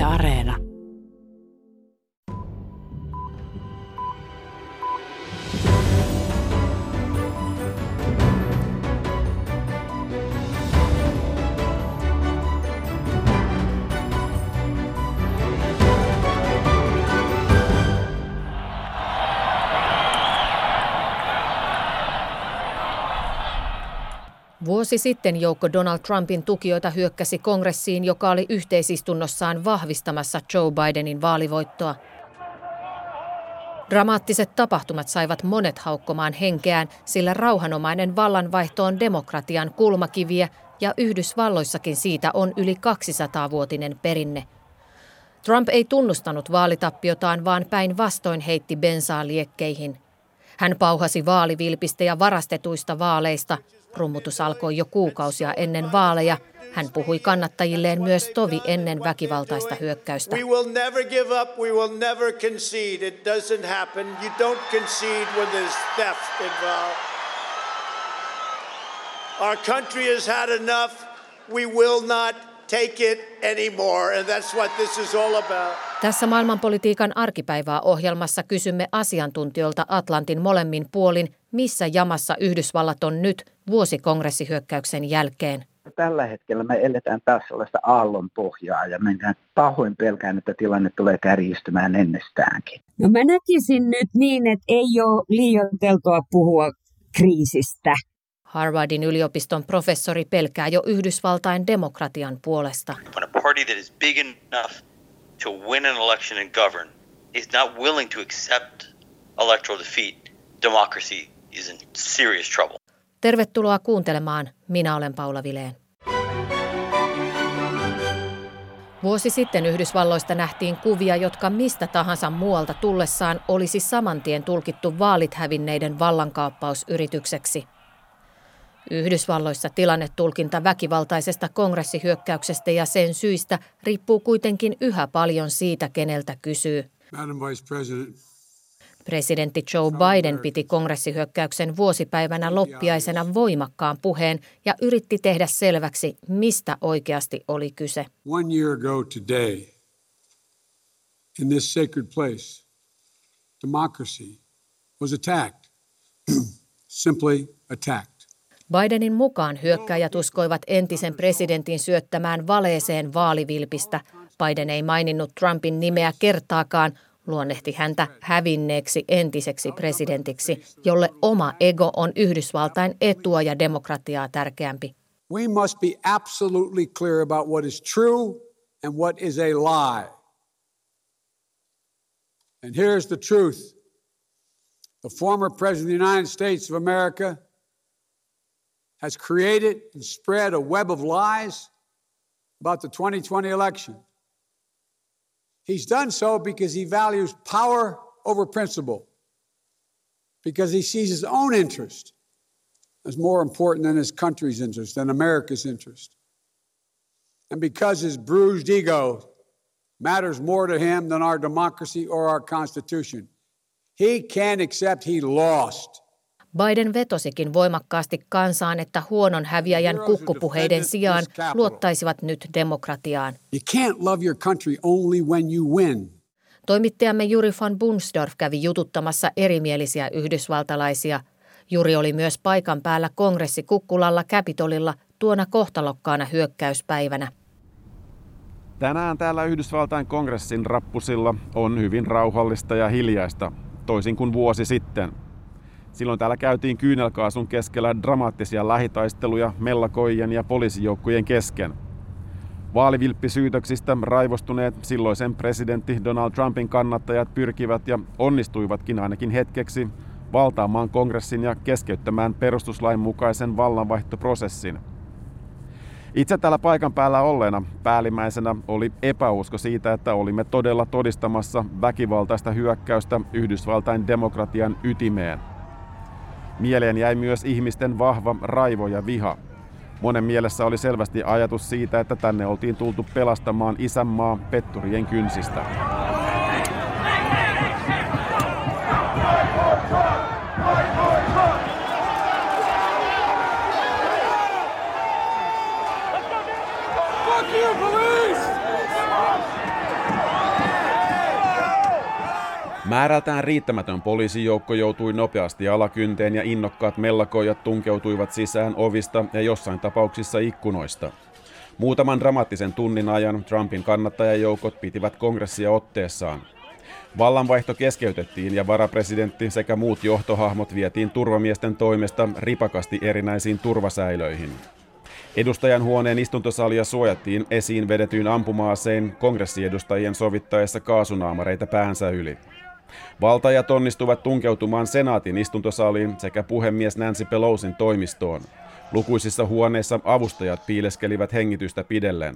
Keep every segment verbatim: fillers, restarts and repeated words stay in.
Areena. Vuosi sitten joukko Donald Trumpin tukijoita hyökkäsi kongressiin, joka oli yhteisistunnossaan vahvistamassa Joe Bidenin vaalivoittoa. Dramaattiset tapahtumat saivat monet haukkomaan henkeään, sillä rauhanomainen vallanvaihto on demokratian kulmakiviä ja Yhdysvalloissakin siitä on yli kaksisataavuotinen perinne. Trump ei tunnustanut vaalitappiotaan, vaan päinvastoin heitti bensaa liekkeihin. Hän pauhasi vaalivilpistä ja varastetuista vaaleista. Rummutus alkoi jo kuukausia ennen vaaleja. Hän puhui kannattajilleen myös tovi ennen väkivaltaista hyökkäystä. We will never give up, we will never concede. It doesn't happen. You don't concede when there's theft involved. Our country has had enough. We will not take it anymore, and that's what this is all about. Tässä maailmanpolitiikan arkipäivää ohjelmassa kysymme asiantuntijoilta Atlantin molemmin puolin, missä jamassa Yhdysvallat on nyt vuosi kongressihyökkäyksen jälkeen. Tällä hetkellä me eletään taas sellaista aallon pohjaa ja mennään pahoin pelkään, että tilanne tulee kärjistymään ennestäänkin. No mä näkisin nyt niin, että ei ole liioiteltua puhua kriisistä. Harvardin yliopiston professori pelkää jo Yhdysvaltain demokratian puolesta. When a party that is big enough to win an election and govern is not willing to accept electoral defeat, democracy is in serious trouble. Tervetuloa kuuntelemaan. Minä olen Paula Vileen. Vuosi sitten Yhdysvalloista nähtiin kuvia, jotka mistä tahansa muualta tullessaan olisi samantien tulkittu vaalit hävinneiden vallankaappausyritykseksi. Yhdysvalloissa tilannetulkinta väkivaltaisesta kongressihyökkäyksestä ja sen syistä riippuu kuitenkin yhä paljon siitä, keneltä kysyy. Presidentti Joe Biden piti kongressihyökkäyksen vuosipäivänä loppiaisena voimakkaan puheen ja yritti tehdä selväksi, mistä oikeasti oli kyse. One year ago today, in this sacred place, democracy was attacked, simply attacked. Bidenin mukaan hyökkääjät uskoivat entisen presidentin syöttämään valeeseen vaalivilpistä. Biden ei maininnut Trumpin nimeä kertaakaan, luonnehti häntä hävinneeksi entiseksi presidentiksi, jolle oma ego on Yhdysvaltain etua ja demokratiaa tärkeämpi. We must be absolutely clear about what is true and what is a lie. And here's the truth. The former president of the United States of America has created and spread a web of lies about the twenty twenty election. He's done so because he values power over principle, because he sees his own interest as more important than his country's interest, than America's interest, and because his bruised ego matters more to him than our democracy or our Constitution. He can't accept he lost. Biden vetosikin voimakkaasti kansaan, että huonon häviäjän kukkupuheiden sijaan luottaisivat nyt demokratiaan. You can't love your country only when you win. Toimittajamme Juri van Bunsdorf kävi jututtamassa erimielisiä yhdysvaltalaisia. Juri oli myös paikan päällä kongressikukkulalla Capitolilla tuona kohtalokkaana hyökkäyspäivänä. Tänään täällä Yhdysvaltain kongressin rappusilla on hyvin rauhallista ja hiljaista, toisin kuin vuosi sitten. Silloin täällä käytiin kyynelkaasun keskellä dramaattisia lähitaisteluja mellakoijien ja poliisijoukkojen kesken. Vaalivilppisyytöksistä raivostuneet silloisen presidentti Donald Trumpin kannattajat pyrkivät ja onnistuivatkin ainakin hetkeksi valtaamaan kongressin ja keskeyttämään perustuslain mukaisen vallanvaihtoprosessin. Itse täällä paikan päällä olleena päällimmäisenä oli epäusko siitä, että olimme todella todistamassa väkivaltaista hyökkäystä Yhdysvaltain demokratian ytimeen. Mieleen jäi myös ihmisten vahva raivo ja viha. Monen mielessä oli selvästi ajatus siitä, että tänne oltiin tultu pelastamaan isänmaa petturien kynsistä. Määrältään riittämätön poliisijoukko joutui nopeasti alakynteen ja innokkaat mellakoijat tunkeutuivat sisään ovista ja jossain tapauksissa ikkunoista. Muutaman dramaattisen tunnin ajan Trumpin kannattajajoukot pitivät kongressia otteessaan. Vallanvaihto keskeytettiin ja varapresidentti sekä muut johtohahmot vietiin turvamiesten toimesta ripakasti erinäisiin turvasäilöihin. Edustajan huoneen istuntosalia suojattiin esiin vedetyin ampuma-aseen kongressiedustajien sovittaessa kaasunaamareita päänsä yli. Valtajat onnistuvat tunkeutumaan senaatin istuntosaliin sekä puhemies Nancy Pelosin toimistoon. Lukuisissa huoneissa avustajat piileskelivät hengitystä pidellen.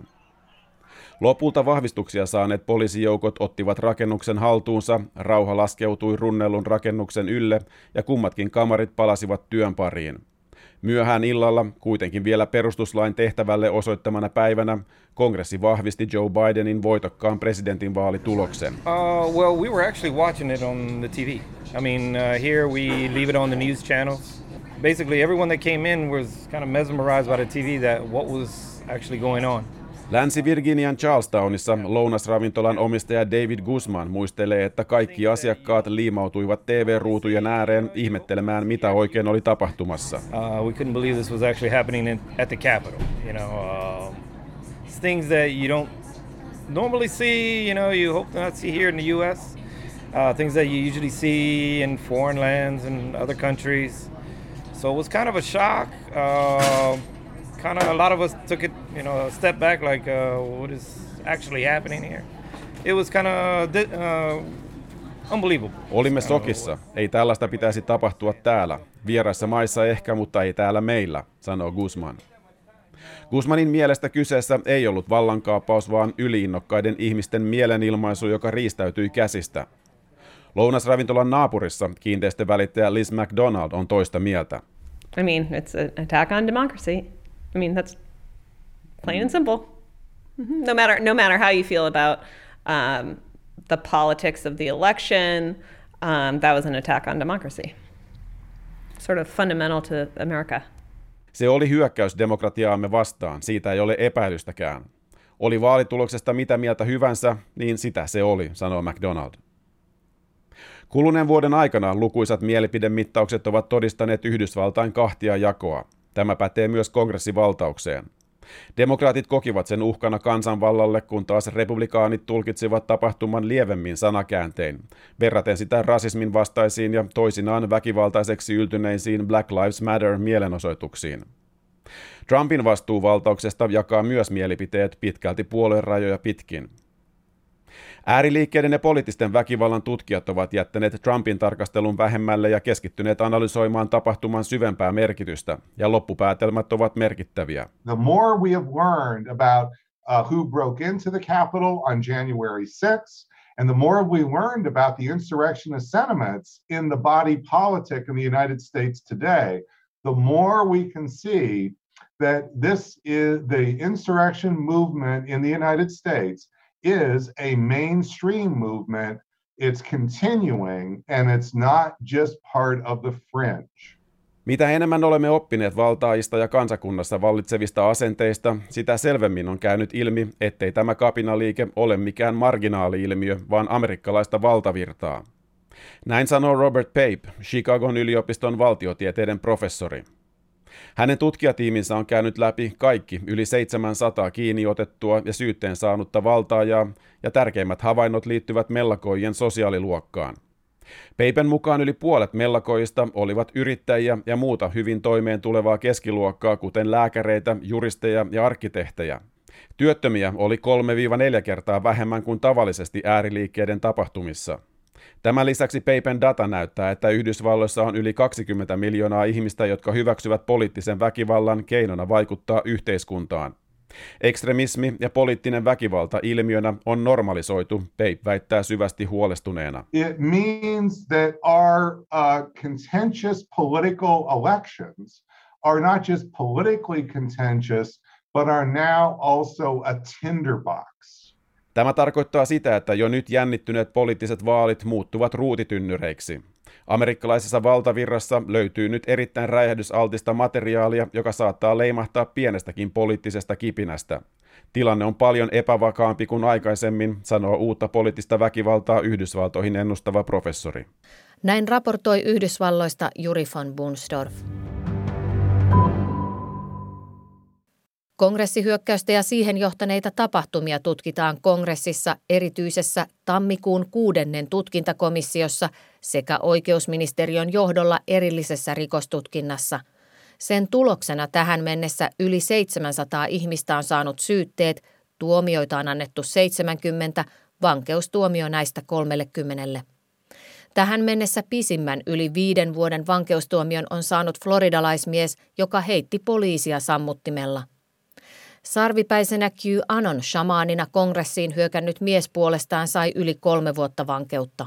Lopulta vahvistuksia saaneet poliisijoukot ottivat rakennuksen haltuunsa, rauha laskeutui runnellun rakennuksen ylle ja kummatkin kamarit palasivat työn pariin. Myöhään illalla, kuitenkin vielä perustuslain tehtävälle osoittamana päivänä, kongressi vahvisti Joe Bidenin voitokkaan presidentinvaalituloksen. Uh, well, we were actually watching it on the T V. I mean, uh, here we leave it on the news channels. Basically, everyone that came in was kind of mesmerized by the T V that what was actually going on. Länsi-Virginian Charlestownissa lounasravintolan omistaja David Guzman muistelee, että kaikki asiakkaat liimautuivat T V-ruutujen ääreen ihmettelemään, mitä oikein oli tapahtumassa. Uh, we couldn't believe this was actually happening in, at the Capitol. You know, uh, things that you don't normally see. You know, you hope not see here in the U S. Uh, things that you usually see in foreign lands and other countries. So it was kind of a shock. Uh, Kind of a lot of us took it, you know, a step back, like, uh, what is actually happening here? It was kind of uh, unbelievable. Olimme sokissa. Ei tällaista pitäisi tapahtua täällä. Vieraissa maissa ehkä, mutta ei täällä meillä, sanoo Guzman. Guzmanin mielestä kyseessä ei ollut vallankaappaus, vaan yliinnokkaiden ihmisten mielenilmaisu, joka riistäytyi käsistä. Lounasravintolan naapurissa kiinteistövälittäjä Liz McDonald on toista mieltä. I mean, it's an attack on democracy. I mean, that's plain and simple. Mm-hmm. No matter no matter how you feel about um, the politics of the election, um, that was an attack on democracy. Sort of fundamental to America. Se oli hyökkäys demokratiaamme vastaan, siitä ei ole epäilystäkään. Oli vaalituloksesta mitä mieltä hyvänsä, niin sitä se oli, sanoo McDonald. Kuluneen vuoden aikana lukuisat mielipidemittaukset ovat todistaneet Yhdysvaltain kahtia jakoa. Tämä pätee myös kongressivaltaukseen. Demokraatit kokivat sen uhkana kansanvallalle, kun taas republikaanit tulkitsivat tapahtuman lievemmin sanakääntein, verraten sitä rasismin vastaisiin ja toisinaan väkivaltaiseksi yltyneisiin Black Lives Matter-mielenosoituksiin. Trumpin vastuu valtauksesta jakaa myös mielipiteet pitkälti puoluerajoja pitkin. Ääriliikkeiden ja poliittisten väkivallan tutkijat ovat jättäneet Trumpin tarkastelun vähemmälle ja keskittyneet analysoimaan tapahtuman syvempää merkitystä, ja loppupäätelmät ovat merkittäviä. The more we have learned about uh, who broke into the Capitol on January sixth, and the more we learned about the insurrectionist sentiments in the body politic in the United States today, the more we can see that this is the insurrection movement in the United States is a mainstream movement. It's continuing and it's not just part of the fringe. Mitä enemmän olemme oppineet valtaajista ja kansakunnassa vallitsevista asenteista, sitä selvemmin on käynyt ilmi, ettei tämä kapinaliike ole mikään marginaali-ilmiö, vaan amerikkalaista valtavirtaa. Näin sanoo Robert Pape, Chicagon yliopiston valtiotieteiden professori. Hänen tutkijatiiminsä on käynyt läpi kaikki yli seitsemänsataa kiinni otettua ja syytteen saanutta valtaajaa, ja tärkeimmät havainnot liittyvät mellakoijien sosiaaliluokkaan. Papen mukaan yli puolet mellakoista olivat yrittäjiä ja muuta hyvin toimeen tulevaa keskiluokkaa, kuten lääkäreitä, juristeja ja arkkitehtejä. Työttömiä oli kolme neljä kertaa vähemmän kuin tavallisesti ääriliikkeiden tapahtumissa. Tämän lisäksi Papen data näyttää, että Yhdysvalloissa on yli kaksikymmentä miljoonaa ihmistä, jotka hyväksyvät poliittisen väkivallan keinona vaikuttaa yhteiskuntaan. Ekstremismi ja poliittinen väkivalta ilmiönä on normalisoitu, Pape väittää syvästi huolestuneena. It means that our uh, contentious political elections are not just politically contentious, but are now also a tinderbox. Tämä tarkoittaa sitä, että jo nyt jännittyneet poliittiset vaalit muuttuvat ruutitynnyreiksi. Amerikkalaisessa valtavirrassa löytyy nyt erittäin räjähdysaltista materiaalia, joka saattaa leimahtaa pienestäkin poliittisesta kipinästä. Tilanne on paljon epävakaampi kuin aikaisemmin, sanoo uutta poliittista väkivaltaa Yhdysvaltoihin ennustava professori. Näin raportoi Yhdysvalloista Juri von Bunsdorf. Kongressihyökkäystä ja siihen johtaneita tapahtumia tutkitaan kongressissa erityisessä tammikuun kuudennen tutkintakomissiossa sekä oikeusministeriön johdolla erillisessä rikostutkinnassa. Sen tuloksena tähän mennessä yli seitsemänsataa ihmistä on saanut syytteet, tuomioita on annettu seitsemänkymmentä, vankeustuomio näistä kolmekymmentä. Tähän mennessä pisimmän yli viiden vuoden vankeustuomion on saanut floridalaismies, joka heitti poliisia sammuttimella. Sarvipäisenä QAnon shamaanina kongressiin hyökännyt mies puolestaan sai yli kolme vuotta vankeutta.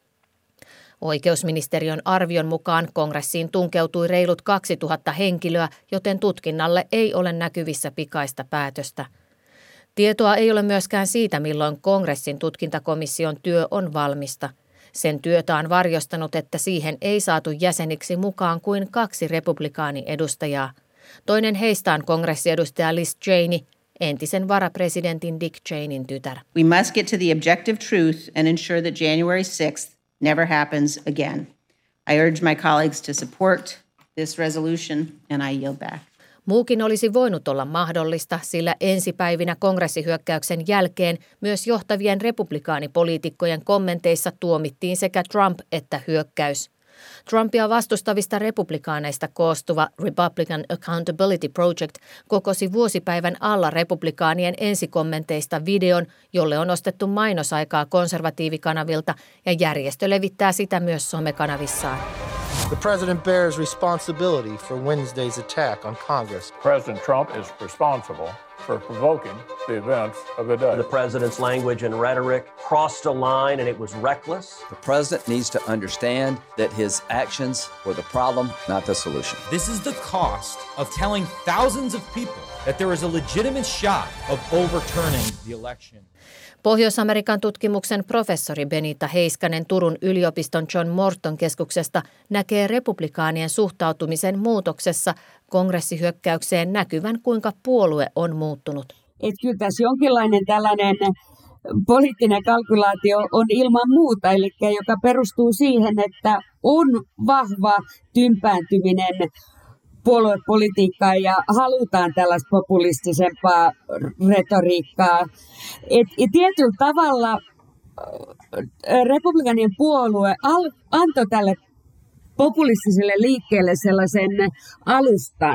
Oikeusministeriön arvion mukaan kongressiin tunkeutui reilut kaksituhatta henkilöä, joten tutkinnalle ei ole näkyvissä pikaista päätöstä. Tietoa ei ole myöskään siitä, milloin kongressin tutkintakomission työ on valmista. Sen työtä on varjostanut, että siihen ei saatu jäseniksi mukaan kuin kaksi republikaaniedustajaa. Toinen heistä on kongressiedustaja Liz Cheney, entisen varapresidentin Dick Cheneyn tytär. We must get to the objective truth and ensure that January sixth never happens again. I urge my colleagues to support this resolution and I yield back. Muukin olisi voinut olla mahdollista, sillä ensipäivinä kongressihyökkäyksen jälkeen myös johtavien republikaanipoliitikkojen kommenteissa tuomittiin sekä Trump että hyökkäys. Trumpia vastustavista republikaaneista koostuva Republican Accountability Project kokosi vuosipäivän alla republikaanien ensikommenteista videon, jolle on ostettu mainosaikaa konservatiivikanavilta ja järjestö levittää sitä myös somekanavissaan. The president bears responsibility for Wednesday's attack on Congress. President Trump is responsible for provoking the events of the day. The president's language and rhetoric crossed a line and it was reckless. The president needs to understand that his actions were the problem, not the solution. This is the cost of telling thousands of people that there is a legitimate shot of overturning the election. Pohjois-Amerikan tutkimuksen professori Benita Heiskanen Turun yliopiston John Morton keskuksesta näkee republikaanien suhtautumisen muutoksessa kongressihyökkäykseen näkyvän, kuinka puolue on muuttunut. Et kyllä tässä jonkinlainen tällainen poliittinen kalkulaatio on ilman muuta, eli joka perustuu siihen, että on vahva tympääntyminen puoluepolitiikkaa ja halutaan tällaista populistisempaa retoriikkaa. Et, et tietyllä tavalla republikaanien puolue al, antoi tälle populistiselle liikkeelle sellaisen alustan.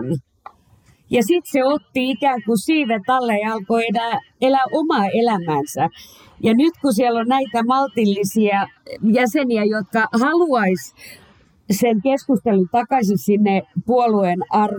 Ja sitten se otti ikään kuin siivet alle ja alkoi elää, elää omaa elämänsä. Ja nyt kun siellä on näitä maltillisia jäseniä, jotka haluaisi sen keskustelun takaisin sinne puolueen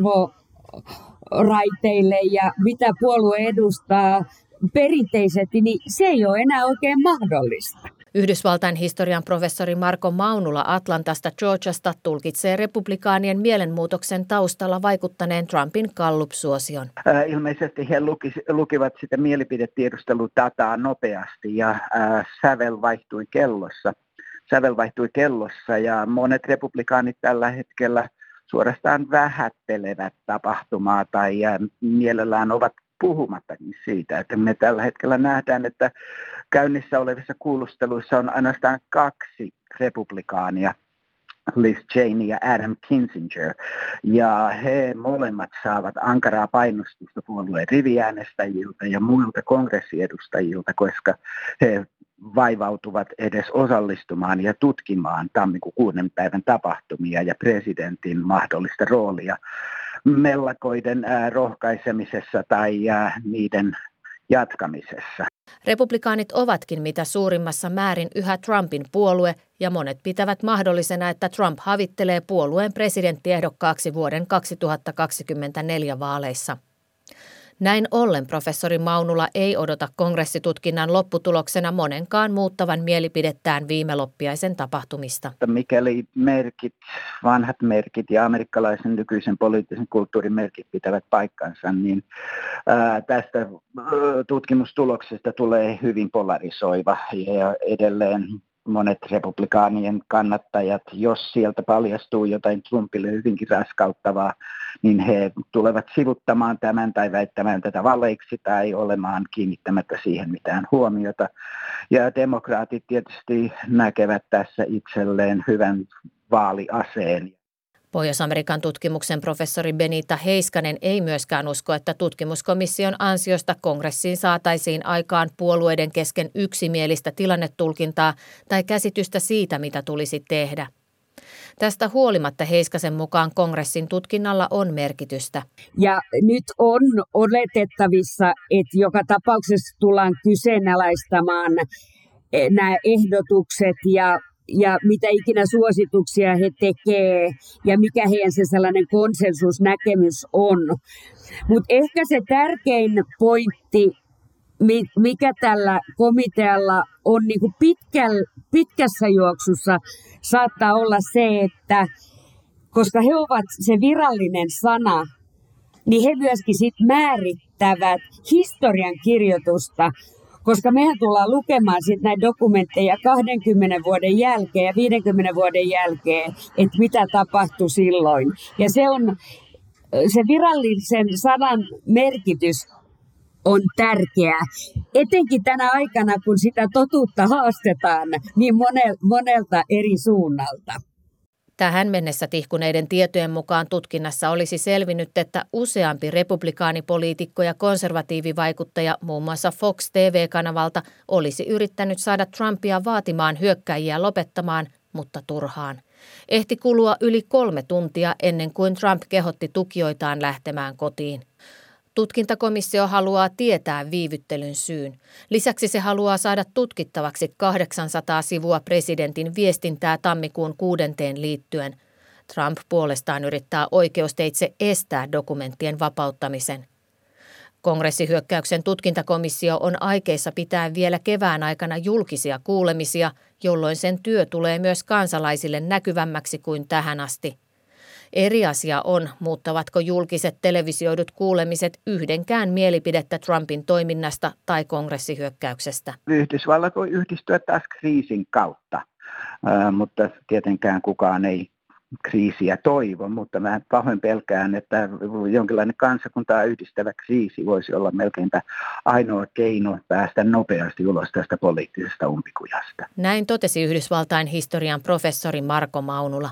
arvoraiteille ja mitä puolue edustaa perinteisesti, niin se ei ole enää oikein mahdollista. Yhdysvaltain historian professori Marko Maunula Atlantasta Georgiasta tulkitsee republikaanien mielenmuutoksen taustalla vaikuttaneen Trumpin Gallup-suosion. Äh, ilmeisesti he luki, lukivat sitä mielipidetiedusteludataa nopeasti ja äh, sävel vaihtui kellossa. Sävel vaihtui kellossa ja monet republikaanit tällä hetkellä suorastaan vähättelevät tapahtumaa tai äh, mielellään ovat puhumattakin siitä, että me tällä hetkellä nähdään, että käynnissä olevissa kuulusteluissa on ainoastaan kaksi republikaania, Liz Cheney ja Adam Kinzinger, ja he molemmat saavat ankaraa painostusta puolueen riviäänestäjiltä ja muilta kongressiedustajilta, koska he vaivautuvat edes osallistumaan ja tutkimaan tammikuun kuuden päivän tapahtumia ja presidentin mahdollista roolia mellakoiden äh, rohkaisemisessa tai äh, niiden jatkamisessa. Republikaanit ovatkin mitä suurimmassa määrin yhä Trumpin puolue ja monet pitävät mahdollisena, että Trump havittelee puolueen presidenttiehdokkaaksi vuoden kaksituhattakaksikymmentäneljä vaaleissa. Näin ollen professori Maunula ei odota kongressitutkinnan lopputuloksena monenkaan muuttavan mielipidettään viimeloppiaisen tapahtumista. Mikäli merkit, vanhat merkit ja amerikkalaisen nykyisen poliittisen kulttuurin merkit pitävät paikkansa, niin ää, tästä ää, tutkimustuloksesta tulee hyvin polarisoiva ja edelleen monet republikaanien kannattajat, jos sieltä paljastuu jotain Trumpille hyvinkin raskauttavaa, niin he tulevat sivuttamaan tämän tai väittämään tätä valeiksi tai olemaan kiinnittämättä siihen mitään huomiota. Ja demokraatit tietysti näkevät tässä itselleen hyvän vaaliaseen. Pohjois-Amerikan tutkimuksen professori Benita Heiskanen ei myöskään usko, että tutkimuskomission ansiosta kongressiin saataisiin aikaan puolueiden kesken yksimielistä tilannetulkintaa tai käsitystä siitä, mitä tulisi tehdä. Tästä huolimatta Heiskasen mukaan kongressin tutkinnalla on merkitystä. Ja nyt on oletettavissa, että joka tapauksessa tullaan kyseenalaistamaan nämä ehdotukset ja ja mitä ikinä suosituksia he tekee ja mikä heidän se sellainen konsensusnäkemys on. Mutta ehkä se tärkein pointti, mikä tällä komitealla on niinku pitkäl, pitkässä juoksussa, saattaa olla se, että koska he ovat se virallinen sana, niin he myöskin sit määrittävät historian kirjoitusta. Koska mehän tullaan lukemaan sitten näitä dokumentteja kahdenkymmenen vuoden jälkeen ja viidenkymmenen vuoden jälkeen, että mitä tapahtui silloin. Ja se on se virallisen sanan merkitys on tärkeä, etenkin tänä aikana, kun sitä totuutta haastetaan niin monelta eri suunnalta. Tähän mennessä tihkuneiden tietojen mukaan tutkinnassa olisi selvinnyt, että useampi republikaanipoliitikko ja konservatiivivaikuttaja muun muassa Fox T V-kanavalta olisi yrittänyt saada Trumpia vaatimaan hyökkäjiä lopettamaan, mutta turhaan. Ehti kulua yli kolme tuntia ennen kuin Trump kehotti tukijoitaan lähtemään kotiin. Tutkintakomissio haluaa tietää viivyttelyn syyn. Lisäksi se haluaa saada tutkittavaksi kahdeksansataa sivua presidentin viestintää tammikuun kuudenteen liittyen. Trump puolestaan yrittää oikeusteitse estää dokumenttien vapauttamisen. Kongressihyökkäyksen tutkintakomissio on aikeissa pitää vielä kevään aikana julkisia kuulemisia, jolloin sen työ tulee myös kansalaisille näkyvämmäksi kuin tähän asti. Eri asia on, muuttavatko julkiset televisioidut kuulemiset yhdenkään mielipidettä Trumpin toiminnasta tai kongressihyökkäyksestä. Yhdysvallat voi yhdistyä taas kriisin kautta, äh, mutta tietenkään kukaan ei kriisiä toivo, mutta mä pahoin pelkään, että jonkinlainen kansakuntaa yhdistävä kriisi voisi olla melkeinpä ainoa keino päästä nopeasti ulos tästä poliittisesta umpikujasta. Näin totesi Yhdysvaltain historian professori Marko Maunula.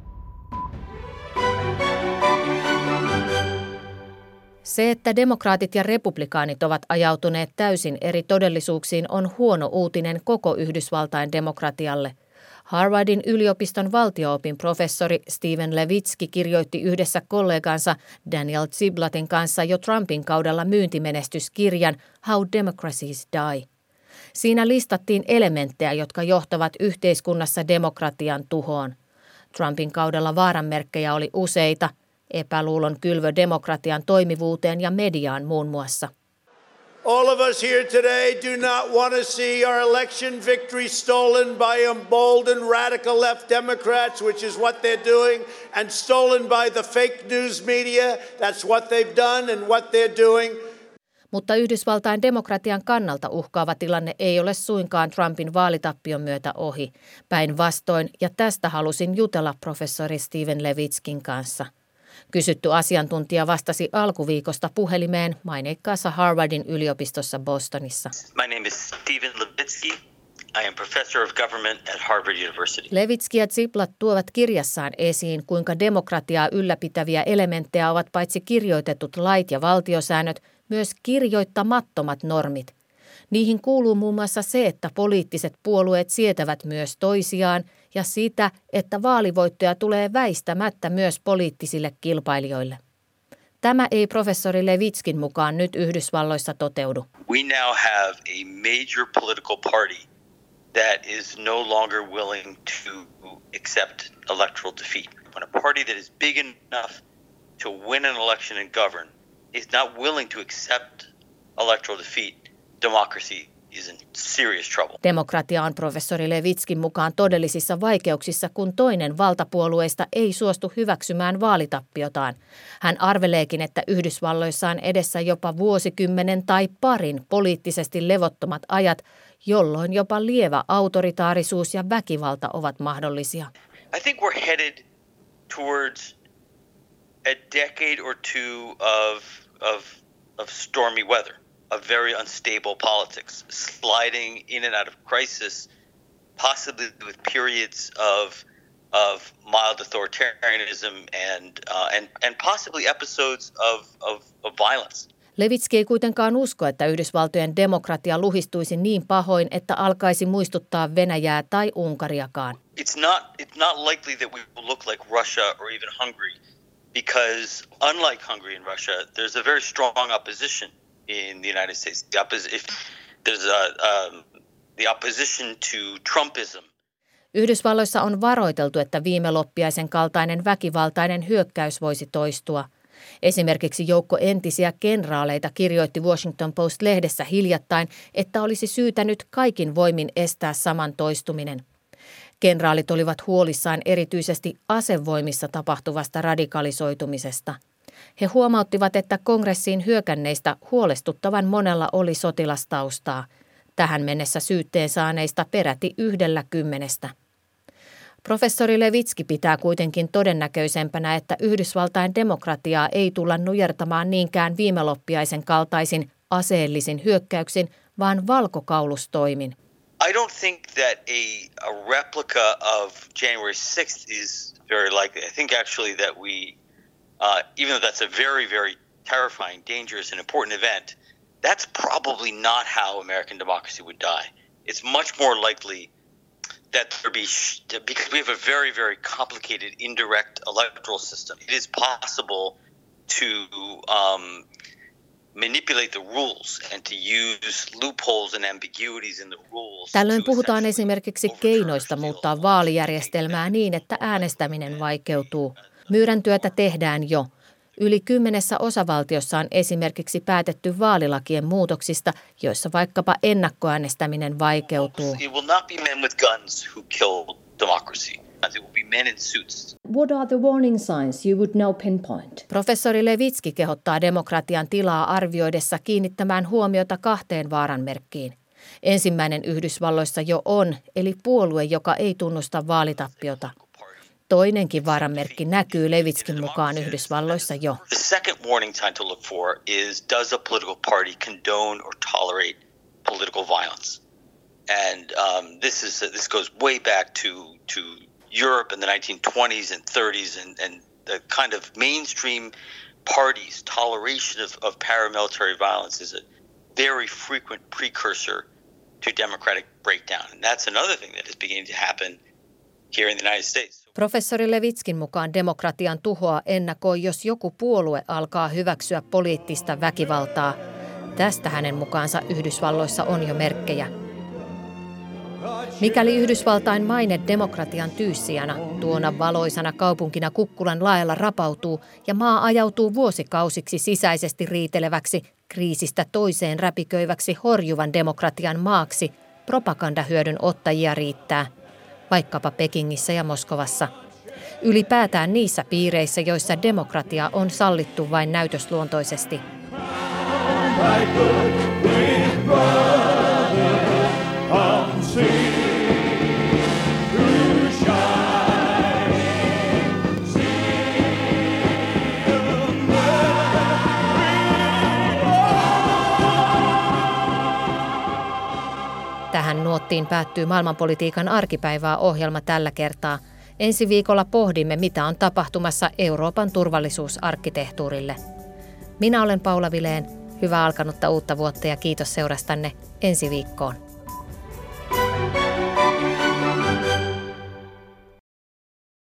Se, että demokraatit ja republikaanit ovat ajautuneet täysin eri todellisuuksiin, on huono uutinen koko Yhdysvaltain demokratialle. Harvardin yliopiston valtio-opin professori Steven Levitsky kirjoitti yhdessä kollegansa Daniel Ziblatin kanssa jo Trumpin kaudella myyntimenestyskirjan How Democracies Die. Siinä listattiin elementtejä, jotka johtavat yhteiskunnassa demokratian tuhoon. Trumpin kaudella vaaranmerkkejä oli useita. Epäluulon kylvö demokratian toimivuuteen ja mediaan muun muassa. All of us here today do not want to see our election victory stolen by emboldened radical left Democrats, which is what they're doing, and stolen by the fake news media. That's what they've done and what they're doing. Mutta Yhdysvaltain demokratian kannalta uhkaava tilanne ei ole suinkaan Trumpin vaalitappion myötä ohi. Päinvastoin, ja tästä halusin jutella professori Steven Levitskin kanssa. Kysytty asiantuntija vastasi alkuviikosta puhelimeen maineikkaassa Harvardin yliopistossa Bostonissa. My name is Steven Levitsky. I am professor of government at Harvard University. Levitsky ja Ziblatt tuovat kirjassaan esiin, kuinka demokratiaa ylläpitäviä elementtejä ovat paitsi kirjoitetut lait ja valtiosäännöt, myös kirjoittamattomat normit. Niihin kuuluu muun muassa se, että poliittiset puolueet sietävät myös toisiaan ja sitä, että vaalivoittoja tulee väistämättä myös poliittisille kilpailijoille. Tämä ei professori Levitskin mukaan nyt Yhdysvalloissa toteudu. We now have a major political party that is no longer willing to accept electoral defeat. When a party that is big enough to win an election and govern is not willing to accept electoral defeat, democracy is in serious trouble. Demokratia on professori Levitskin mukaan todellisissa vaikeuksissa, kun toinen valtapuolueista ei suostu hyväksymään vaalitappiotaan. Hän arveleekin, että Yhdysvalloissa on edessä jopa vuosikymmenen tai parin poliittisesti levottomat ajat, jolloin jopa lievä autoritaarisuus ja väkivalta ovat mahdollisia. I think we're headed towards a decade or two of of of stormy weather, of very unstable politics, sliding in and out of crisis, possibly with periods of of mild authoritarianism and uh, and and possibly episodes of of, of violence. Levitski ei kuitenkaan usko, että Yhdysvaltojen demokratia luhistuisi niin pahoin, että alkaisi muistuttaa Venäjää tai Unkariakaan. It's not it's not likely that we will look like Russia or even Hungary, because unlike Hungary and Russia, there's a very strong opposition in the United States. The oppos- if there's a um, the opposition to Trumpism. Yhdysvalloissa on varoiteltu, että viime loppiaisen kaltainen väkivaltainen hyökkäys voisi toistua. Esimerkiksi joukko entisiä kenraaleita kirjoitti Washington Post-lehdessä hiljattain, että olisi syytä nyt kaikin voimin estää saman toistuminen. Kenraalit olivat huolissaan erityisesti asevoimissa tapahtuvasta radikalisoitumisesta. He huomauttivat, että kongressiin hyökänneistä huolestuttavan monella oli sotilastaustaa. Tähän mennessä syytteen saaneista peräti yhdellä kymmenestä. Professori Levitski pitää kuitenkin todennäköisempänä, että Yhdysvaltain demokratiaa ei tulla nujertamaan niinkään viimeloppiaisen kaltaisin aseellisin hyökkäyksin, vaan valkokaulustoimin. I don't think that a, a replica of January sixth is very likely. I think actually that we, uh, even though that's a very, very terrifying, dangerous and important event, that's probably not how American democracy would die. It's much more likely that there be, because we have a very, very complicated indirect electoral system, it is possible to um, manipulate the rules and to use loopholes and ambiguities in the rules. Tällöin puhutaan esimerkiksi keinoista muuttaa vaalijärjestelmää niin, että äänestäminen vaikeutuu. Myyrän työtä tehdään jo. Yli kymmenessä osavaltiossa on esimerkiksi päätetty vaalilakien muutoksista, joissa vaikkapa ennakkoäänestäminen vaikeutuu. It will not be men with guns who kill democracy. It will be men in suits. What are the warning signs you would now pinpoint? Professori Levitski kehottaa demokratian tilaa arvioidessa kiinnittämään huomiota kahteen vaaranmerkkiin. Ensimmäinen Yhdysvalloissa jo on, eli puolue, joka ei tunnusta vaalitappiota. Toinenkin vaaranmerkki näkyy Levitskin mukaan Yhdysvalloissa jo. The second warning sign to look for is, does a political party condone or tolerate political violence? And um, this is this goes way back to to Europe in the nineteen twenties and thirties, and, and the kind of mainstream parties' toleration of, of paramilitary violence is a very frequent precursor to democratic breakdown. And that's another thing that is beginning to happen here in the United States. Professori Levitskin mukaan demokratian tuhoa ennakoi, jos joku puolue alkaa hyväksyä poliittista väkivaltaa. Tästä hänen mukaansa Yhdysvalloissa on jo merkkejä. Mikäli Yhdysvaltain maine demokratian tyyssijana, tuona valoisana kaupunkina Kukkulan laella rapautuu ja maa ajautuu vuosikausiksi sisäisesti riiteleväksi, kriisistä toiseen räpiköiväksi horjuvan demokratian maaksi, propagandahyödyn ottajia riittää, vaikkapa Pekingissä ja Moskovassa. Ylipäätään niissä piireissä, joissa demokratia on sallittu vain näytösluontoisesti. Tähän nuottiin päättyy maailmanpolitiikan arkipäivää ohjelma tällä kertaa. Ensi viikolla pohdimme, mitä on tapahtumassa Euroopan turvallisuusarkkitehtuurille. Minä olen Paula Vilén. Hyvää alkanutta uutta vuotta ja kiitos seurastanne ensi viikkoon.